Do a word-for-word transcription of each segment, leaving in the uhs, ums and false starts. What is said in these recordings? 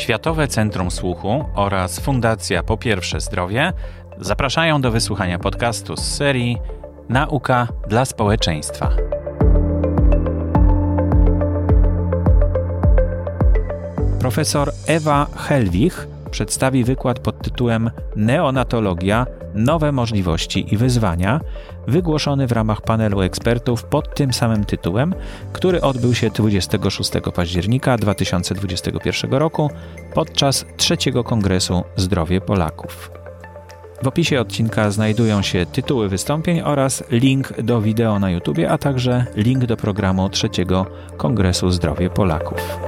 Światowe Centrum Słuchu oraz Fundacja Po Pierwsze Zdrowie zapraszają do wysłuchania podcastu z serii Nauka dla społeczeństwa. Profesor Ewa Helwich przedstawi wykład pod tytułem Neonatologia – nowe możliwości i wyzwania, wygłoszony w ramach panelu ekspertów pod tym samym tytułem, który odbył się dwudziestego szóstego października dwa tysiące dwudziestego pierwszego roku podczas trzeciego Kongresu Zdrowie Polaków. W opisie odcinka znajdują się tytuły wystąpień oraz link do wideo na YouTubie, a także link do programu trzeciego Kongresu Zdrowie Polaków.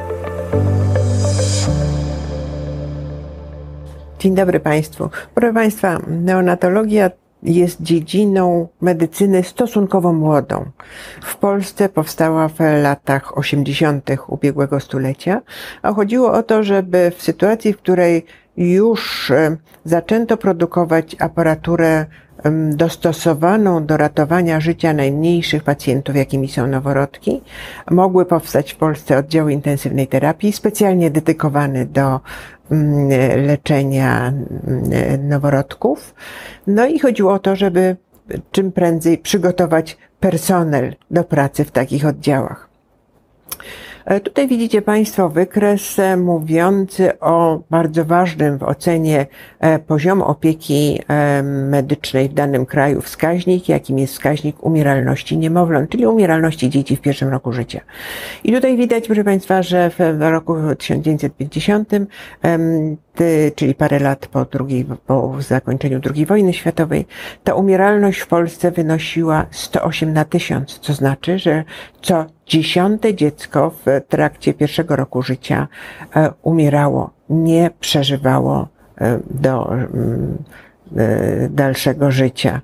Dzień dobry Państwu. Proszę Państwa, neonatologia jest dziedziną medycyny stosunkowo młodą. W Polsce powstała w latach osiemdziesiątych ubiegłego stulecia, a chodziło o to, żeby w sytuacji, w której już zaczęto produkować aparaturę dostosowaną do ratowania życia najmniejszych pacjentów, jakimi są noworodki, mogły powstać w Polsce oddziały intensywnej terapii specjalnie dedykowane do leczenia noworodków. No i chodziło o to, żeby czym prędzej przygotować personel do pracy w takich oddziałach. Tutaj widzicie Państwo wykres mówiący o bardzo ważnym w ocenie poziomu opieki medycznej w danym kraju wskaźnik, jakim jest wskaźnik umieralności niemowląt, czyli umieralności dzieci w pierwszym roku życia. I tutaj widać, proszę Państwa, że w roku tysiąc dziewięćset pięćdziesiątym, czyli parę lat po drugiej, po zakończeniu drugiej wojny światowej, ta umieralność w Polsce wynosiła sto osiem na tysiąc, co znaczy, że co dziesiąte dziecko w trakcie pierwszego roku życia umierało, nie przeżywało do dalszego życia.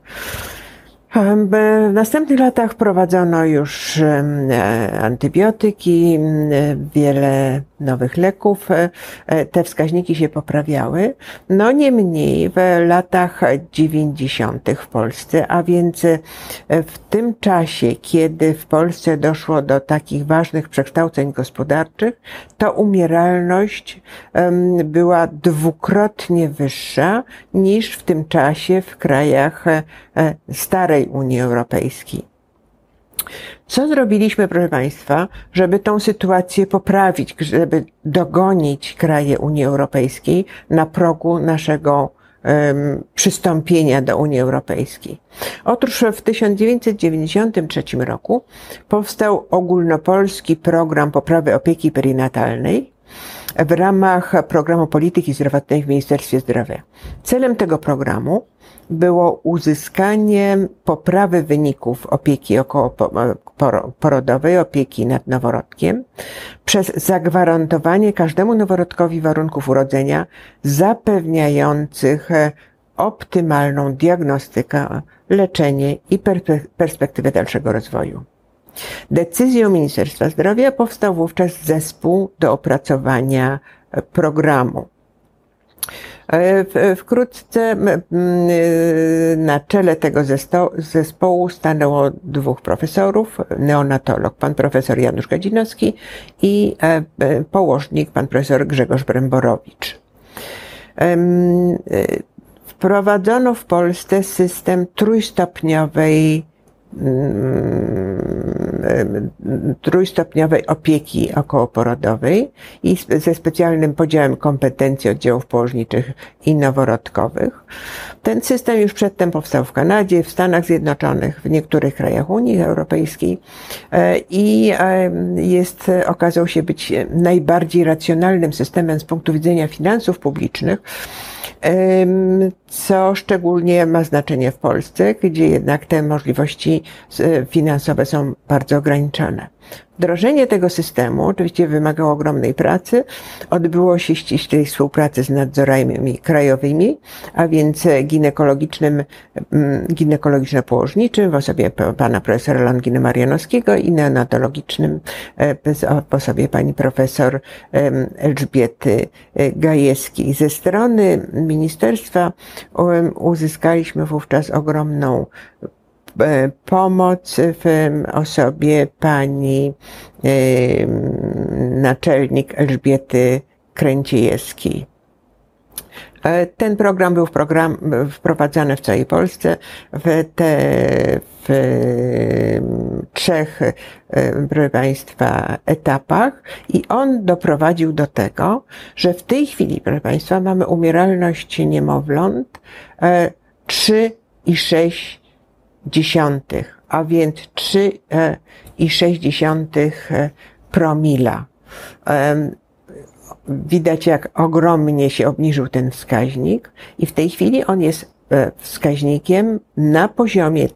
W następnych latach wprowadzono już antybiotyki, wiele nowych leków. Te wskaźniki się poprawiały. No niemniej w latach dziewięćdziesiątych w Polsce, a więc w tym czasie, kiedy w Polsce doszło do takich ważnych przekształceń gospodarczych, to umieralność była dwukrotnie wyższa niż w tym czasie w krajach starej Unii Europejskiej. Co zrobiliśmy, proszę Państwa, żeby tą sytuację poprawić, żeby dogonić kraje Unii Europejskiej na progu naszego um, przystąpienia do Unii Europejskiej? Otóż w tysiąc dziewięćset dziewięćdziesiątym trzecim roku powstał ogólnopolski program poprawy opieki perinatalnej w ramach programu polityki zdrowotnej w Ministerstwie Zdrowia. Celem tego programu było uzyskanie poprawy wyników opieki okołoporodowej, opieki nad noworodkiem, przez zagwarantowanie każdemu noworodkowi warunków urodzenia zapewniających optymalną diagnostykę, leczenie i perspektywę dalszego rozwoju. Decyzją Ministerstwa Zdrowia powstał wówczas zespół do opracowania programu. Wkrótce na czele tego zespołu stanęło dwóch profesorów, neonatolog, pan profesor Janusz Gadzinowski i położnik, pan profesor Grzegorz Bremborowicz. Wprowadzono w Polsce system trójstopniowej trójstopniowej opieki okołoporodowej i ze specjalnym podziałem kompetencji oddziałów położniczych i noworodkowych. Ten system już przedtem powstał w Kanadzie, w Stanach Zjednoczonych, w niektórych krajach Unii Europejskiej i jest, okazał się być najbardziej racjonalnym systemem z punktu widzenia finansów publicznych, co szczególnie ma znaczenie w Polsce, gdzie jednak te możliwości finansowe są bardzo ograniczone. Wdrożenie tego systemu oczywiście wymagało ogromnej pracy. Odbyło się ściślej współpracy z nadzorami krajowymi, a więc ginekologicznym, ginekologiczno-położniczym w osobie pana profesora Longiny Marianowskiego i neonatologicznym w osobie pani profesor Elżbiety Gajewskiej. Ze strony ministerstwa uzyskaliśmy wówczas ogromną pomoc w osobie pani naczelnik Elżbiety Kręciejewskiej. Ten program był program wprowadzany w całej Polsce w, te, w trzech, proszę Państwa, etapach i on doprowadził do tego, że w tej chwili, proszę Państwa, mamy umieralność niemowląt trzy i sześć dziesiątych, a więc trzy i sześć dziesiątych promila. Widać, jak ogromnie się obniżył ten wskaźnik i w tej chwili on jest wskaźnikiem na poziomie,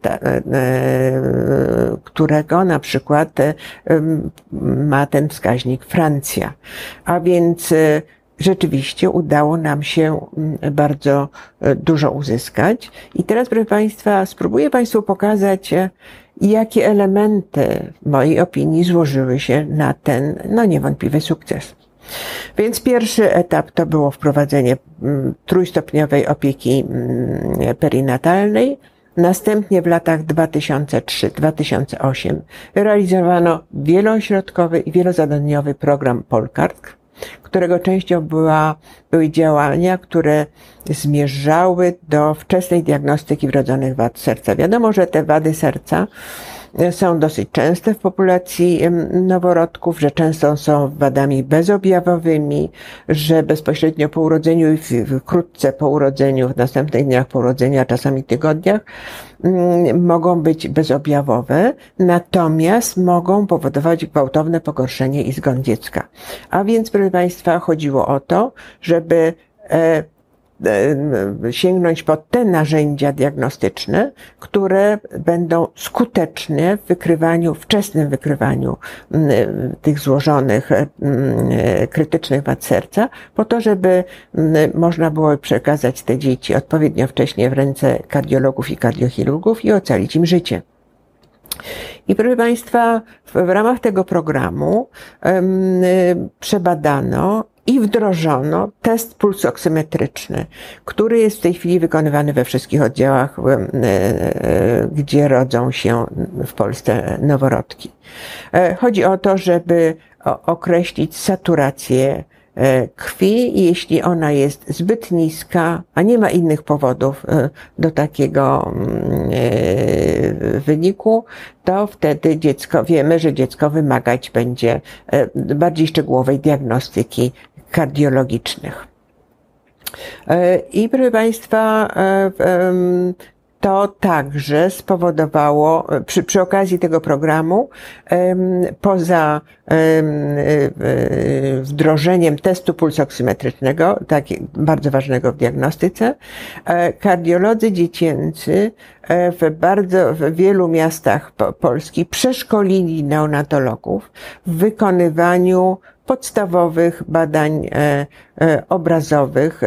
którego na przykład ma ten wskaźnik Francja. A więc rzeczywiście udało nam się bardzo dużo uzyskać. I teraz, proszę Państwa, spróbuję Państwu pokazać, jakie elementy w mojej opinii złożyły się na ten, no niewątpliwy sukces. Więc pierwszy etap to było wprowadzenie trójstopniowej opieki perinatalnej. Następnie w latach dwa tysiące trzeci do dwa tysiące ósmego realizowano wieloośrodkowy i wielozadaniowy program Polkart, którego częścią była, były działania, które zmierzały do wczesnej diagnostyki wrodzonych wad serca. Wiadomo, że te wady serca są dosyć częste w populacji noworodków, że często są wadami bezobjawowymi, że bezpośrednio po urodzeniu i wkrótce po urodzeniu, w następnych dniach po urodzeniu, a czasami tygodniach, mogą być bezobjawowe, natomiast mogą powodować gwałtowne pogorszenie i zgon dziecka. A więc, proszę Państwa, chodziło o to, żeby sięgnąć po te narzędzia diagnostyczne, które będą skuteczne w wykrywaniu, wczesnym wykrywaniu tych złożonych, krytycznych wad serca, po to, żeby można było przekazać te dzieci odpowiednio wcześnie w ręce kardiologów i kardiochirurgów i ocalić im życie. I proszę Państwa, w, w ramach tego programu um, przebadano i wdrożono test pulsoksymetryczny, który jest w tej chwili wykonywany we wszystkich oddziałach, gdzie rodzą się w Polsce noworodki. Chodzi o to, żeby określić saturację krwi i jeśli ona jest zbyt niska, a nie ma innych powodów do takiego wyniku, to wtedy dziecko, wiemy, że dziecko wymagać będzie bardziej szczegółowej diagnostyki kardiologicznych. I proszę Państwa, to także spowodowało, przy, przy okazji tego programu, poza wdrożeniem testu pulsoksymetrycznego, tak bardzo ważnego w diagnostyce, kardiolodzy dziecięcy w bardzo, w wielu miastach Polski przeszkolili neonatologów w wykonywaniu podstawowych badań obrazowych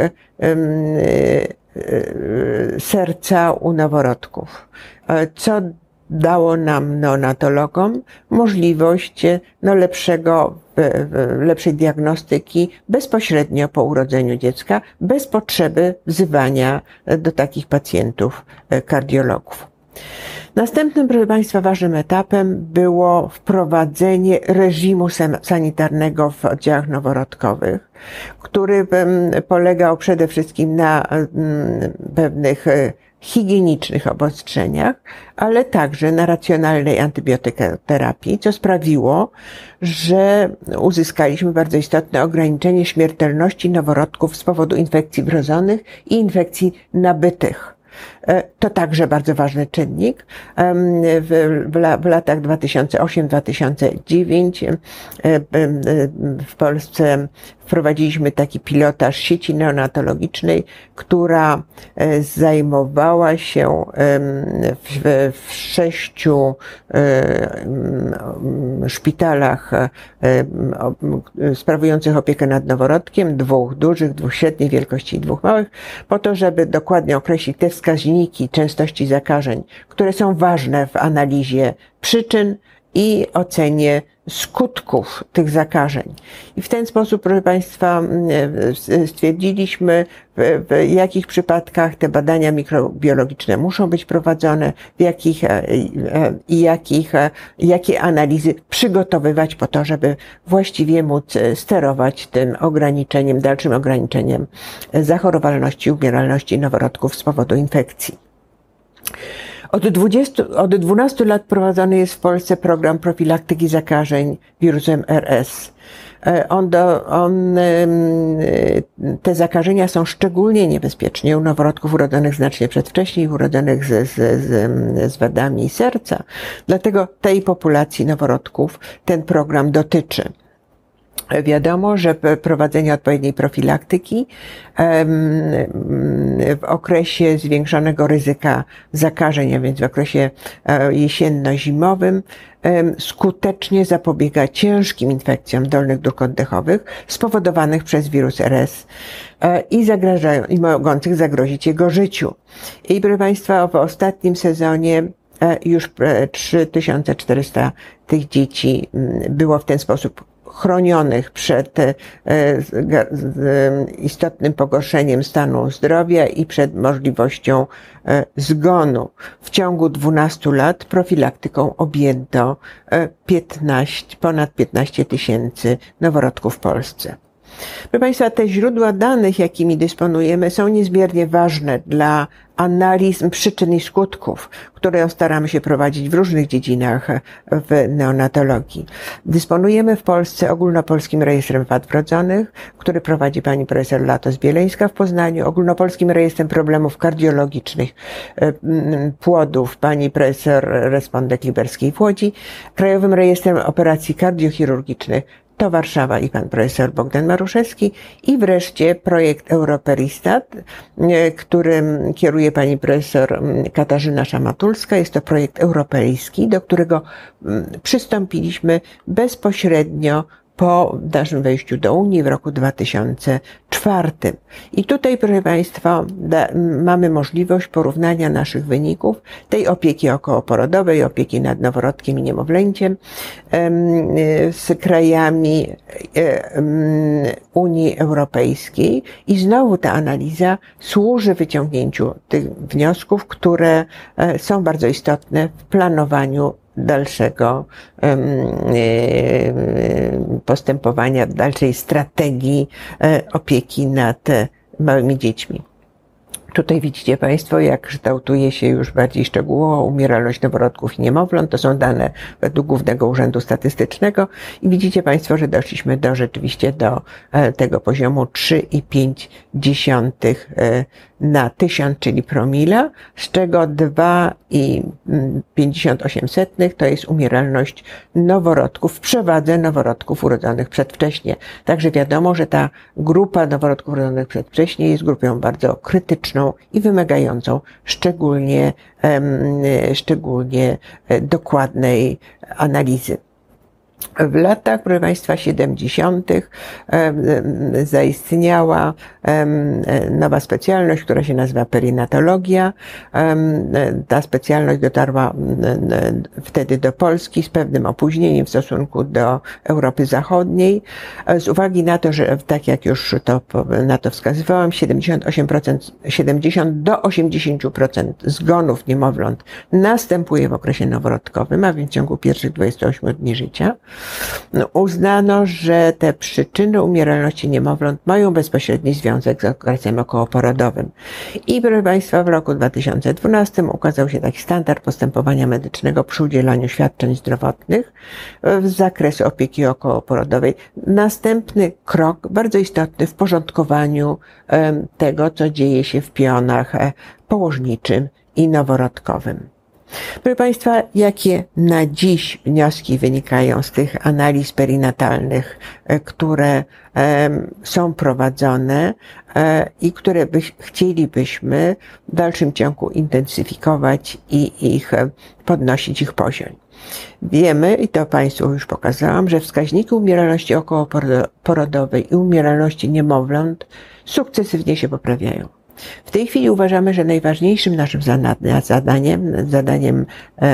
serca u noworodków, co dało nam neonatologom możliwość no, lepszego, lepszej diagnostyki bezpośrednio po urodzeniu dziecka, bez potrzeby wzywania do takich pacjentów kardiologów. Następnym, proszę Państwa, ważnym etapem było wprowadzenie reżimu sanitarnego w oddziałach noworodkowych, który polegał przede wszystkim na pewnych higienicznych obostrzeniach, ale także na racjonalnej antybiotykoterapii, co sprawiło, że uzyskaliśmy bardzo istotne ograniczenie śmiertelności noworodków z powodu infekcji wrodzonych i infekcji nabytych. To także bardzo ważny czynnik. W, w, w latach dwa tysiące ósmego do dwa tysiące dziewiątego w Polsce wprowadziliśmy taki pilotaż sieci neonatologicznej, która zajmowała się w, w sześciu szpitalach sprawujących opiekę nad noworodkiem, dwóch dużych, dwóch średniej wielkości i dwóch małych, po to, żeby dokładnie określić te wskaźniki częstości zakażeń, które są ważne w analizie przyczyn i ocenie skutków tych zakażeń. I w ten sposób, proszę Państwa, stwierdziliśmy, w, w jakich przypadkach te badania mikrobiologiczne muszą być prowadzone, w jakich i jakich, jakie analizy przygotowywać po to, żeby właściwie móc sterować tym ograniczeniem, dalszym ograniczeniem zachorowalności i umieralności noworodków z powodu infekcji. Od dwudziestu, od dwunastu lat prowadzony jest w Polsce program profilaktyki zakażeń wirusem R S. On do, on, te zakażenia są szczególnie niebezpieczne u noworodków urodzonych znacznie przedwcześnie i urodzonych z, z, z, z wadami serca. Dlatego tej populacji noworodków ten program dotyczy. Wiadomo, że prowadzenie odpowiedniej profilaktyki w okresie zwiększonego ryzyka zakażeń, a więc w okresie jesienno-zimowym, skutecznie zapobiega ciężkim infekcjom dolnych dróg oddechowych spowodowanych przez wirus R S i zagrażają, i mogących zagrozić jego życiu. I proszę Państwa, w ostatnim sezonie już trzy tysiące czterysta tych dzieci było w ten sposób chronionych przed istotnym pogorszeniem stanu zdrowia i przed możliwością zgonu. W ciągu dwunastu lat profilaktyką objęto piętnaście, ponad piętnaście tysięcy noworodków w Polsce. Proszę Państwa, te źródła danych, jakimi dysponujemy, są niezmiernie ważne dla analiz przyczyn i skutków, które staramy się prowadzić w różnych dziedzinach w neonatologii. Dysponujemy w Polsce ogólnopolskim rejestrem wad wrodzonych, który prowadzi pani profesor Latos-Bieleńska w Poznaniu, ogólnopolskim rejestrem problemów kardiologicznych płodów pani profesor Respondek-Liberskiej w Łodzi, krajowym rejestrem operacji kardiochirurgicznych to Warszawa i pan profesor Bogdan Maruszewski i wreszcie projekt Europeristat, którym kieruje pani profesor Katarzyna Szamatulska. Jest to projekt europejski, do którego przystąpiliśmy bezpośrednio po naszym wejściu do Unii w roku dwa tysiące czwartym. I tutaj, proszę Państwa, da, mamy możliwość porównania naszych wyników tej opieki okołoporodowej, opieki nad noworodkiem i niemowlęciem em, z krajami em, Unii Europejskiej. I znowu ta analiza służy wyciągnięciu tych wniosków, które e, są bardzo istotne w planowaniu dalszego postępowania, dalszej strategii opieki nad małymi dziećmi. Tutaj widzicie Państwo, jak kształtuje się już bardziej szczegółowo umieralność noworodków i niemowląt. To są dane według Głównego Urzędu Statystycznego i widzicie Państwo, że doszliśmy do rzeczywiście do tego poziomu trzy i pięć dziesiątych na tysiąc, czyli promila, z czego dwa i pięćdziesiąt osiem setnych to jest umieralność noworodków w przewadze noworodków urodzonych przedwcześnie. Także wiadomo, że ta grupa noworodków urodzonych przedwcześnie jest grupą bardzo krytyczną i wymagającą szczególnie, szczególnie dokładnej analizy. W latach, proszę Państwa, siedemdziesiątych zaistniała nowa specjalność, która się nazywa perinatologia. Ta specjalność dotarła wtedy do Polski z pewnym opóźnieniem w stosunku do Europy Zachodniej. Z uwagi na to, że tak jak już to, na to wskazywałam, siedemdziesiąt osiem procent, siedemdziesiąt do osiemdziesięciu procent zgonów niemowląt następuje w okresie noworodkowym, a więc w ciągu pierwszych dwudziestu ośmiu dni życia. Uznano, że te przyczyny umieralności niemowląt mają bezpośredni związek z okresem okołoporodowym. I proszę Państwa, w roku dwa tysiące dwunastym ukazał się taki standard postępowania medycznego przy udzielaniu świadczeń zdrowotnych z zakresu opieki okołoporodowej. Następny krok, bardzo istotny w porządkowaniu tego, co dzieje się w pionach położniczym i noworodkowym. Proszę Państwa, jakie na dziś wnioski wynikają z tych analiz perinatalnych, które są prowadzone i które by, chcielibyśmy w dalszym ciągu intensyfikować i ich podnosić ich poziom. Wiemy, i to Państwu już pokazałam, że wskaźniki umieralności okołoporodowej i umieralności niemowląt sukcesywnie się poprawiają. W tej chwili uważamy, że najważniejszym naszym zadaniem, zadaniem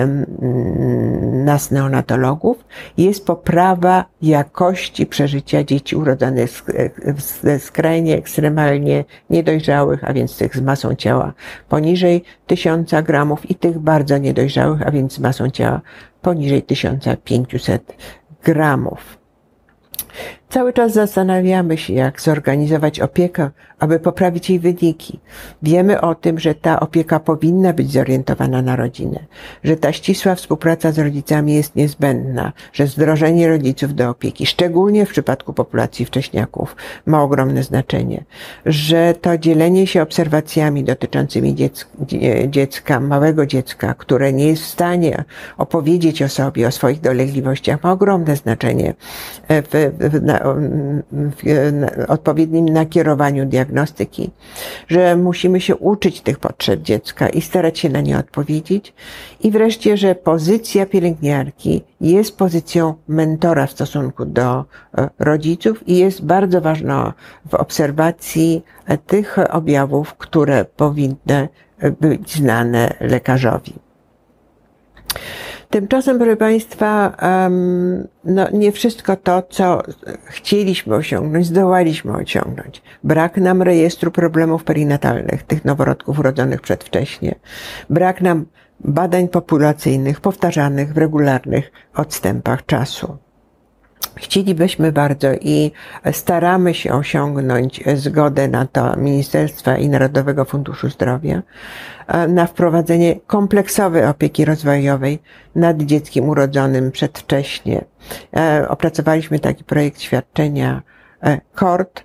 nas, neonatologów, jest poprawa jakości przeżycia dzieci urodzonych skrajnie, ekstremalnie niedojrzałych, a więc tych z masą ciała poniżej tysiąca gramów i tych bardzo niedojrzałych, a więc z masą ciała poniżej tysiąc pięćset gramów. Cały czas zastanawiamy się, jak zorganizować opiekę, aby poprawić jej wyniki. Wiemy o tym, że ta opieka powinna być zorientowana na rodzinę, że ta ścisła współpraca z rodzicami jest niezbędna, że wdrożenie rodziców do opieki, szczególnie w przypadku populacji wcześniaków, ma ogromne znaczenie, że to dzielenie się obserwacjami dotyczącymi dziecka, dziecka, małego dziecka, które nie jest w stanie opowiedzieć o sobie, o swoich dolegliwościach, ma ogromne znaczenie w, w, na, w odpowiednim nakierowaniu diagnostyki, że musimy się uczyć tych potrzeb dziecka i starać się na nie odpowiedzieć. I wreszcie, że pozycja pielęgniarki jest pozycją mentora w stosunku do rodziców i jest bardzo ważna w obserwacji tych objawów, które powinny być znane lekarzowi. Tymczasem, proszę Państwa, no nie wszystko to, co chcieliśmy osiągnąć, zdołaliśmy osiągnąć. Brak nam rejestru problemów perinatalnych, tych noworodków urodzonych przedwcześnie. Brak nam badań populacyjnych, powtarzanych w regularnych odstępach czasu. Chcielibyśmy bardzo i staramy się osiągnąć zgodę na to Ministerstwa i Narodowego Funduszu Zdrowia na wprowadzenie kompleksowej opieki rozwojowej nad dzieckiem urodzonym przedwcześnie. Opracowaliśmy taki projekt świadczenia K O R T,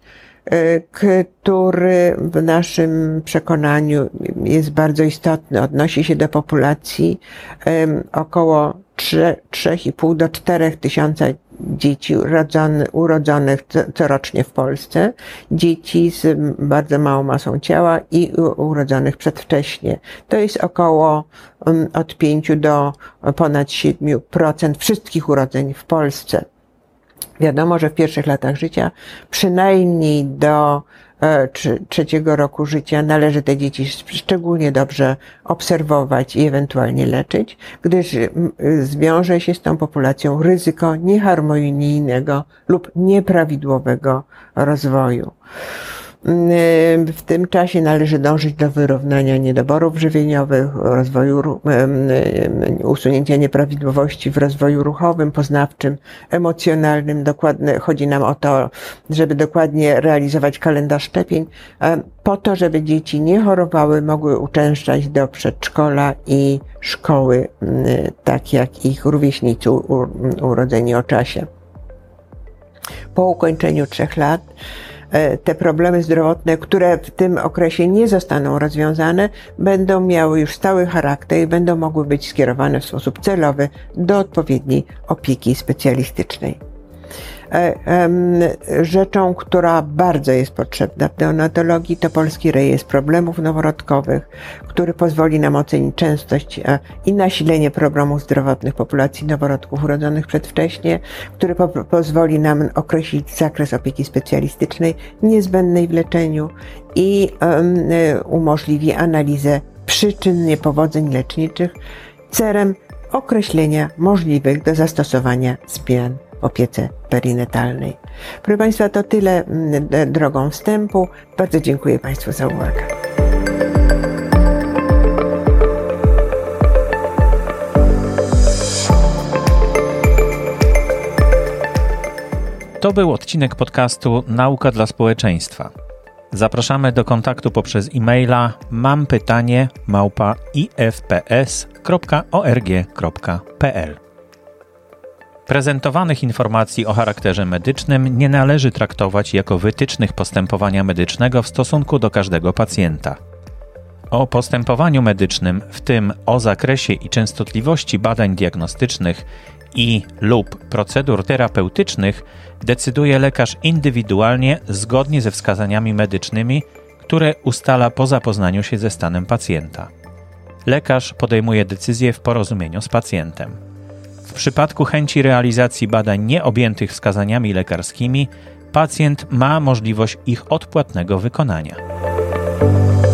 który w naszym przekonaniu jest bardzo istotny. Odnosi się do populacji około trzy i pół do czterech tysiąca dzieci urodzonych corocznie w Polsce, dzieci z bardzo małą masą ciała i urodzonych przedwcześnie. To jest około od pięciu do ponad siedmiu procent wszystkich urodzeń w Polsce. Wiadomo, że w pierwszych latach życia, przynajmniej do trzeciego roku życia, należy te dzieci szczególnie dobrze obserwować i ewentualnie leczyć, gdyż zwiąże się z tą populacją ryzyko nieharmonijnego lub nieprawidłowego rozwoju. W tym czasie należy dążyć do wyrównania niedoborów żywieniowych, rozwoju, usunięcia nieprawidłowości w rozwoju ruchowym, poznawczym, emocjonalnym. Dokładnie chodzi nam o to, żeby dokładnie realizować kalendarz szczepień, po to, żeby dzieci nie chorowały, mogły uczęszczać do przedszkola i szkoły, tak jak ich rówieśnicy urodzeni o czasie. Po ukończeniu trzech lat te problemy zdrowotne, które w tym okresie nie zostaną rozwiązane, będą miały już stały charakter i będą mogły być skierowane w sposób celowy do odpowiedniej opieki specjalistycznej. Rzeczą, która bardzo jest potrzebna w neonatologii, to Polski Rejestr Problemów Noworodkowych, który pozwoli nam ocenić częstość i nasilenie problemów zdrowotnych populacji noworodków urodzonych przedwcześnie, który po pozwoli nam określić zakres opieki specjalistycznej niezbędnej w leczeniu i um, umożliwi analizę przyczyn niepowodzeń leczniczych celem określenia możliwych do zastosowania zmian w opiece perinatalnej. Proszę Państwa, to tyle drogą wstępu. Bardzo dziękuję Państwu za uwagę. To był odcinek podcastu Nauka dla społeczeństwa. Zapraszamy do kontaktu poprzez e-maila mam pytanie małpa i f p s kropka org kropka p l. Prezentowanych informacji o charakterze medycznym nie należy traktować jako wytycznych postępowania medycznego w stosunku do każdego pacjenta. O postępowaniu medycznym, w tym o zakresie i częstotliwości badań diagnostycznych i lub procedur terapeutycznych, decyduje lekarz indywidualnie zgodnie ze wskazaniami medycznymi, które ustala po zapoznaniu się ze stanem pacjenta. Lekarz podejmuje decyzję w porozumieniu z pacjentem. W przypadku chęci realizacji badań nieobjętych wskazaniami lekarskimi, pacjent ma możliwość ich odpłatnego wykonania. Zapraszam.